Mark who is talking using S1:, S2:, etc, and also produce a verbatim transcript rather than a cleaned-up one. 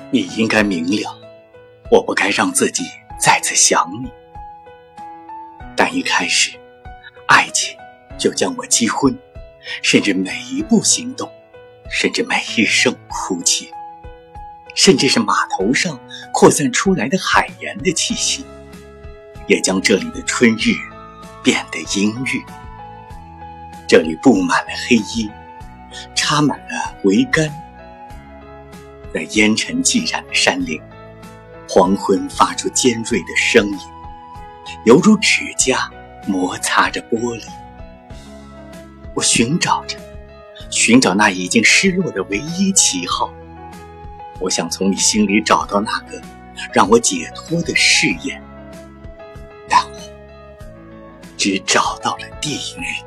S1: 你应该明了，我不该让自己再次想你。但一开始，爱情就将我击昏，甚至每一步行动，甚至每一声哭泣，甚至是码头上扩散出来的海盐的气息，也将这里的春日变得阴郁。这里布满了黑衣，插满了桅杆，在烟尘浸染的山岭，黄昏发出尖锐的声音，犹如指甲摩擦着玻璃。我寻找着，寻找那已经失落的唯一旗号。我想从你心里找到那个让我解脱的誓言，但我只找到了地狱。